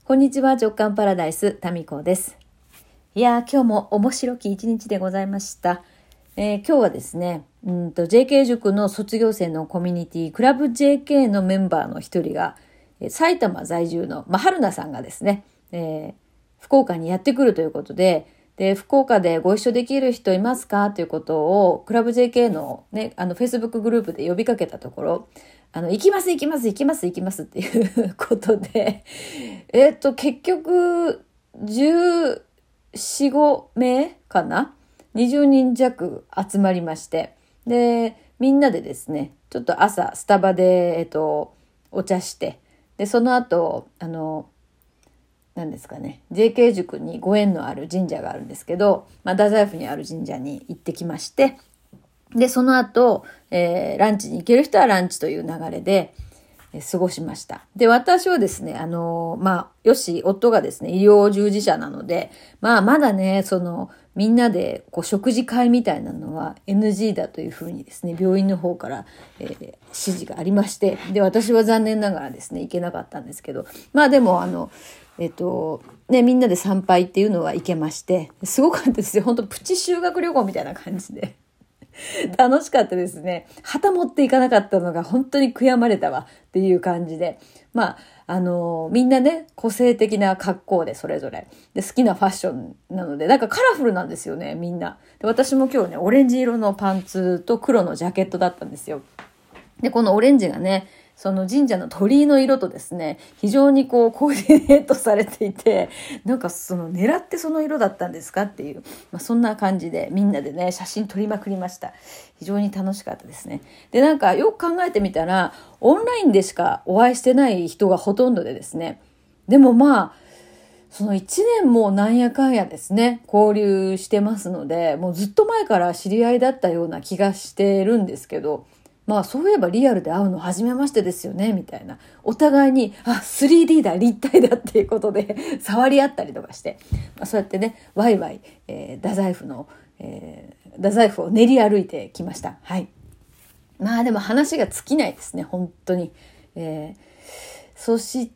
こんにちは、直感パラダイス、タミコです。いやー、今日も面白き一日でございました。今日はですね、JK 塾の卒業生のコミュニティ、クラブ JK のメンバーの一人が、埼玉在住の、春菜さんがですね、福岡にやってくるということで、福岡でご一緒できる人いますかということを、クラブ JK のね、Facebook グループで呼びかけたところ、行きますっていうことで、結局、14、5名かな ?20 人弱集まりまして、で、みんなでですね、ちょっと朝、スタバで、お茶して、で、その後、何ですかね、JK 塾にご縁のある神社があるんですけど、太宰府にある神社に行ってきまして、で、その後、ランチに行ける人はランチという流れで、過ごしました。で、私はですね、夫がですね、医療従事者なので、まだね、みんなで食事会みたいなのは NG だというふうにですね、病院の方から、指示がありまして、で、私は残念ながらですね、行けなかったんですけど、でも、みんなで参拝っていうのは行けまして、すごかったですよ。本当プチ修学旅行みたいな感じで。楽しかったですね。旗持っていかなかったのが本当に悔やまれたわっていう感じで。みんなね、個性的な格好でそれぞれ。で、好きなファッションなので、なんかカラフルなんですよね、みんな。で、私も今日ね、オレンジ色のパンツと黒のジャケットだったんですよ。で、このオレンジがね、その神社の鳥居の色とですね、非常にコーディネートされていて、なんか狙ってその色だったんですかっていう、そんな感じでみんなでね、写真撮りまくりました。非常に楽しかったですね。で、なんかよく考えてみたら、オンラインでしかお会いしてない人がほとんどでですね、でもその1年もなんやかんやですね、交流してますので、もうずっと前から知り合いだったような気がしてるんですけど、そういえばリアルで会うの初めましてですよね、みたいな。お互いに、3D だ、立体だっていうことで触り合ったりとかして、そうやってね、ワイワイ、太宰府を練り歩いてきました。はい。でも話が尽きないですね、本当に。そして、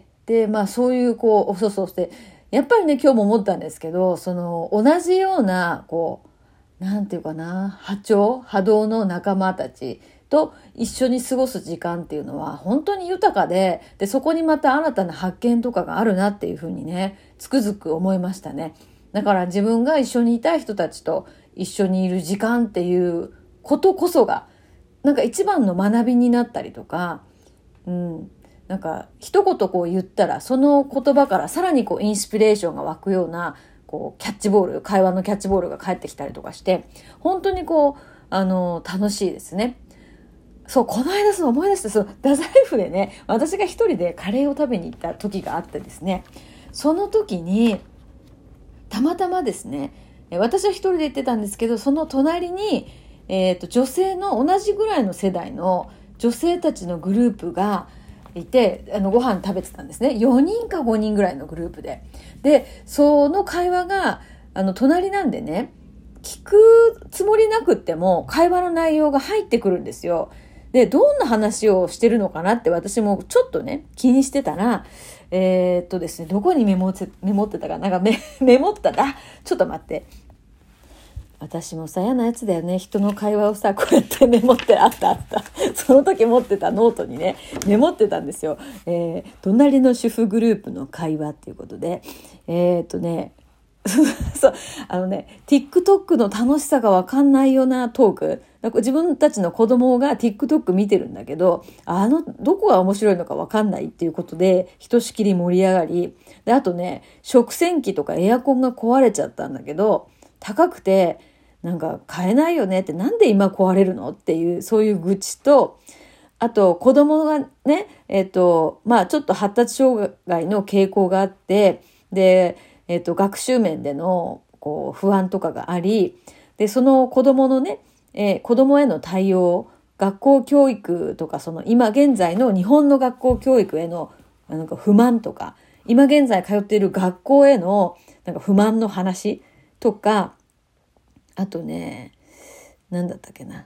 で、そういうそうして、やっぱりね、今日も思ったんですけど、同じような、なんていうかな、波動の仲間たちと一緒に過ごす時間っていうのは本当に豊かで、そこにまた新たな発見とかがあるなっていうふうにね、つくづく思いましたね。だから自分が一緒にいたい人たちと一緒にいる時間っていうことこそが、なんか一番の学びになったりとか、なんか一言言ったらその言葉からさらにインスピレーションが湧くような会話のキャッチボールが返ってきたりとかして、本当に楽しいですね。そう、この間思い出して、太宰府でね、私が一人でカレーを食べに行った時があってですね、その時に、たまたまですね、私は一人で行ってたんですけど、その隣に、女性の同じぐらいの世代の女性たちのグループがいて、ご飯食べてたんですね。4人か5人ぐらいのグループで。で、その会話が、隣なんでね、聞くつもりなくっても、会話の内容が入ってくるんですよ。で、どんな話をしてるのかなって私もちょっとね、気にしてたら、ですね、どこにメモってたかなんかメモったら、ちょっと待って。私も嫌なやつだよね。人の会話をこうやってメモって、あった。その時持ってたノートにね、メモってたんですよ。隣の主婦グループの会話っていうことで、そう、TikTok の楽しさがわかんないようなトーク。なんか自分たちの子供が TikTok 見てるんだけど、どこが面白いのかわかんないっていうことで、ひとしきり盛り上がり、で、あとね、食洗機とかエアコンが壊れちゃったんだけど、高くて、なんか買えないよねって、なんで今壊れるのっていう、そういう愚痴と、あと子供がね、ちょっと発達障害の傾向があって、で、学習面での不安とかがあり、で、その子供のね、子供への対応、学校教育とか、今現在の日本の学校教育へのなんか不満とか、今現在通っている学校へのなんか不満の話とか、あとね、なんだったっけな。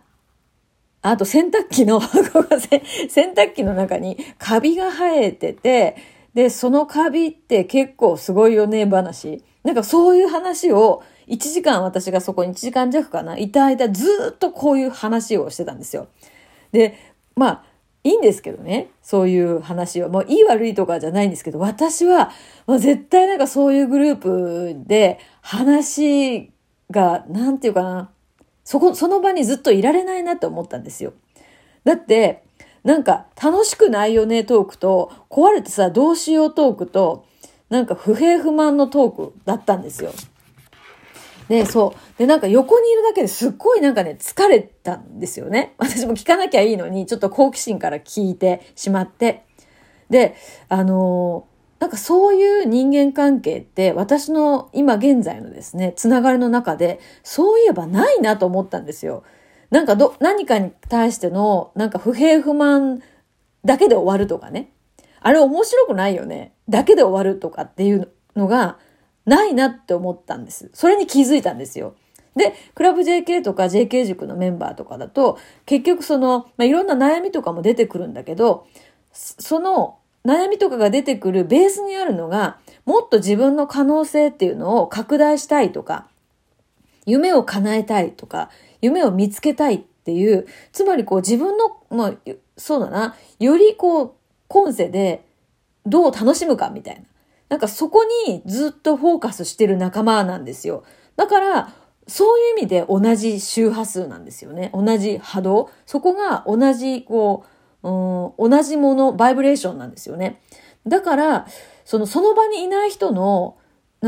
あと洗濯機の中にカビが生えてて、 で、そのカビって結構すごいよね、話。なんかそういう話を1時間私がそこに1時間弱かな、いた間ずーっとこういう話をしてたんですよ。で、まあ、いいんですけどね。そういう話は。もういい悪いとかじゃないんですけど、私はもう絶対なんかそういうグループで話が、なんていうかな、その場にずっといられないなって思ったんですよ。だって、なんか楽しくないよねトークと、壊れてさ、どうしようトークと、なんか不平不満のトークだったんですよ。で、そう。で、なんか横にいるだけですっごいなんかね、疲れたんですよね。私も聞かなきゃいいのに、ちょっと好奇心から聞いてしまって。で、なんかそういう人間関係って私の今現在のですね、つながりの中で、そういえばないなと思ったんですよ。なんか何かに対しての、なんか不平不満だけで終わるとかね。あれ面白くないよね。だけで終わるとかっていうのがないなって思ったんです。それに気づいたんですよ。で、クラブ JK とか JK 塾のメンバーとかだと、結局いろんな悩みとかも出てくるんだけど、その悩みとかが出てくるベースにあるのが、もっと自分の可能性っていうのを拡大したいとか、夢を叶えたいとか、夢を見つけたいっていう、つまりこう自分の、そうだな、よりこう、今世でどう楽しむかみたいな。なんかそこにずっとフォーカスしてる仲間なんですよ。だから、そういう意味で同じ周波数なんですよね。同じ波動。そこが同じ、同じもの、バイブレーションなんですよね。だから、その場にいない人の、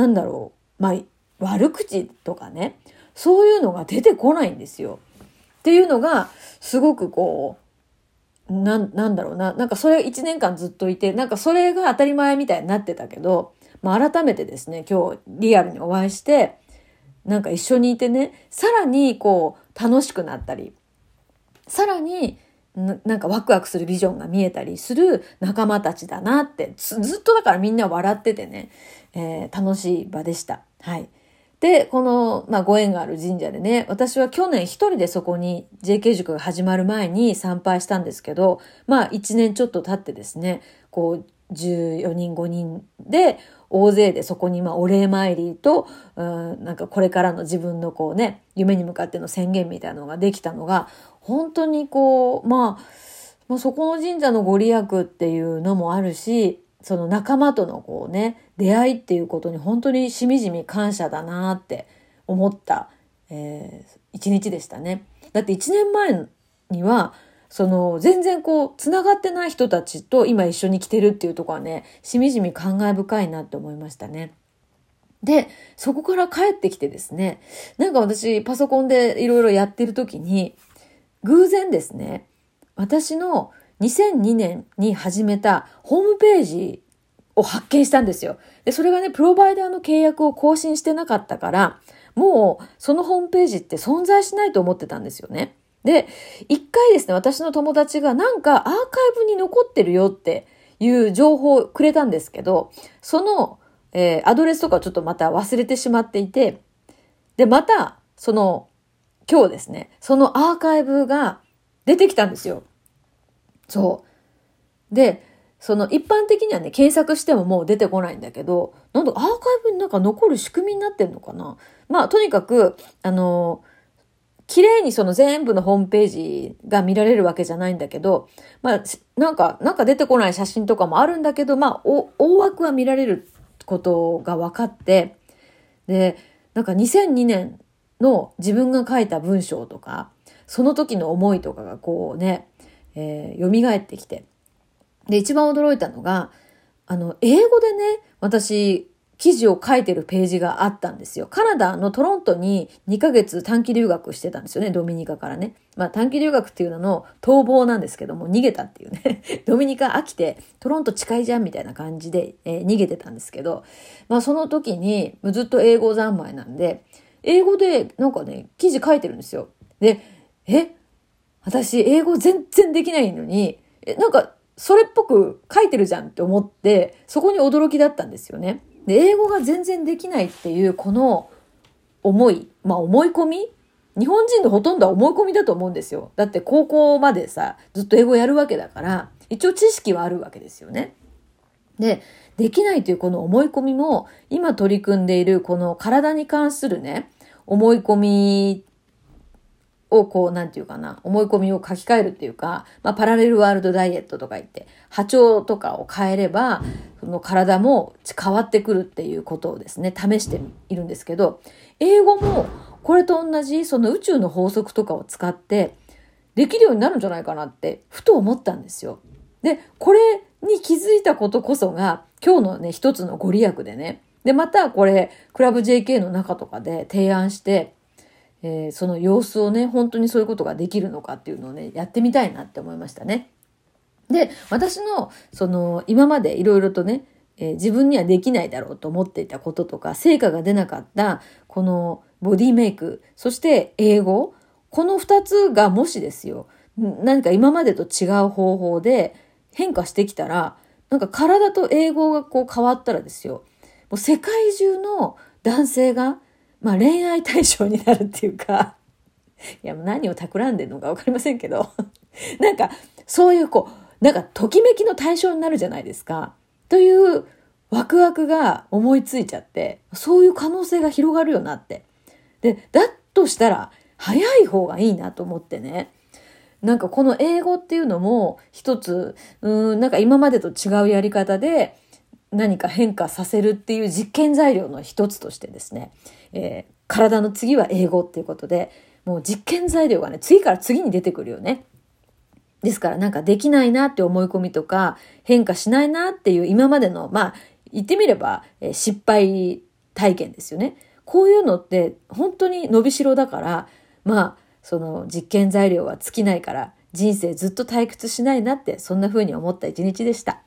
悪口とかね、そういうのが出てこないんですよ。っていうのが、すごくなんかそれ1年間ずっといて、なんかそれが当たり前みたいになってたけど、改めてですね、今日リアルにお会いして、なんか一緒にいてね、さらに楽しくなったり、さらになんかワクワクするビジョンが見えたりする仲間たちだなって、ずっとだからみんな笑っててね、楽しい場でした。はい。で、この、ご縁がある神社でね、私は去年一人でそこに JK 塾が始まる前に参拝したんですけど、1年ちょっと経ってですね、14人5人で大勢でそこにお礼参りと、なんかこれからの自分の夢に向かっての宣言みたいなのができたのが、本当にそこの神社のご利益っていうのもあるし、その仲間との出会いっていうことに本当にしみじみ感謝だなって思った、一日でしたね。だって1年前には、全然つながってない人たちと今一緒に来てるっていうところはね、しみじみ感慨深いなって思いましたね。で、そこから帰ってきてですね、なんか私パソコンでいろいろやってる時に、偶然ですね、私の2002年に始めたホームページを発見したんですよ。で、それがね、プロバイダーの契約を更新してなかったから、もうそのホームページって存在しないと思ってたんですよね。で、一回ですね、私の友達がなんかアーカイブに残ってるよっていう情報をくれたんですけど、その、アドレスとかちょっとまた忘れてしまっていて、で、また、今日ですね、そのアーカイブが出てきたんですよ。そう。で、一般的にはね、検索してももう出てこないんだけど、なんだアーカイブになんか残る仕組みになってんのかな。とにかく、綺麗に全部のホームページが見られるわけじゃないんだけど、なんか出てこない写真とかもあるんだけど、大枠は見られることが分かって、で、なんか2002年の自分が書いた文章とか、その時の思いとかが蘇ってきて。で、一番驚いたのが、英語でね、私、記事を書いてるページがあったんですよ。カナダのトロントに2ヶ月短期留学してたんですよね、ドミニカからね。短期留学っていうのの逃亡なんですけども、逃げたっていうね。ドミニカ飽きて、トロント近いじゃんみたいな感じで、逃げてたんですけど、その時にずっと英語三昧なんで、英語でなんかね、記事書いてるんですよ。で、私英語全然できないのに、なんかそれっぽく書いてるじゃんって思って、そこに驚きだったんですよね。で、英語が全然できないっていうこの思い、思い込み、日本人のほとんどは思い込みだと思うんですよ。だって高校までさ、ずっと英語やるわけだから、一応知識はあるわけですよね。 で、できないというこの思い込みも、今取り組んでいるこの体に関するね、思い込みをなんていうかな、思い込みを書き換えるっていうか、パラレルワールドダイエットとか言って、波長とかを変えれば、その体も変わってくるっていうことをですね、試しているんですけど、英語もこれと同じ、その宇宙の法則とかを使って、できるようになるんじゃないかなって、ふと思ったんですよ。で、これに気づいたことこそが、今日のね、一つのご利益でね。で、またこれ、クラブ JK の中とかで提案して、その様子をね、本当にそういうことができるのかっていうのをね、やってみたいなって思いましたね。で、私の、今までいろいろとね、自分にはできないだろうと思っていたこととか、成果が出なかった、このボディメイク、そして英語、この二つがもしですよ、何か今までと違う方法で変化してきたら、なんか体と英語が変わったらですよ、もう世界中の男性が、恋愛対象になるっていうか、いや、何を企んでるのかわかりませんけど、なんか、そういうなんか、ときめきの対象になるじゃないですか。というワクワクが思いついちゃって、そういう可能性が広がるよなって。で、だとしたら、早い方がいいなと思ってね。なんかこの英語っていうのも一つ、なんか今までと違うやり方で何か変化させるっていう実験材料の一つとしてですね、体の次は英語っていうことで、もう実験材料がね、次から次に出てくるよね。ですからなんかできないなって思い込みとか、変化しないなっていう今までの、言ってみれば、失敗体験ですよね。こういうのって本当に伸びしろだから、その実験材料は尽きないから、人生ずっと退屈しないなって、そんな風に思った一日でした。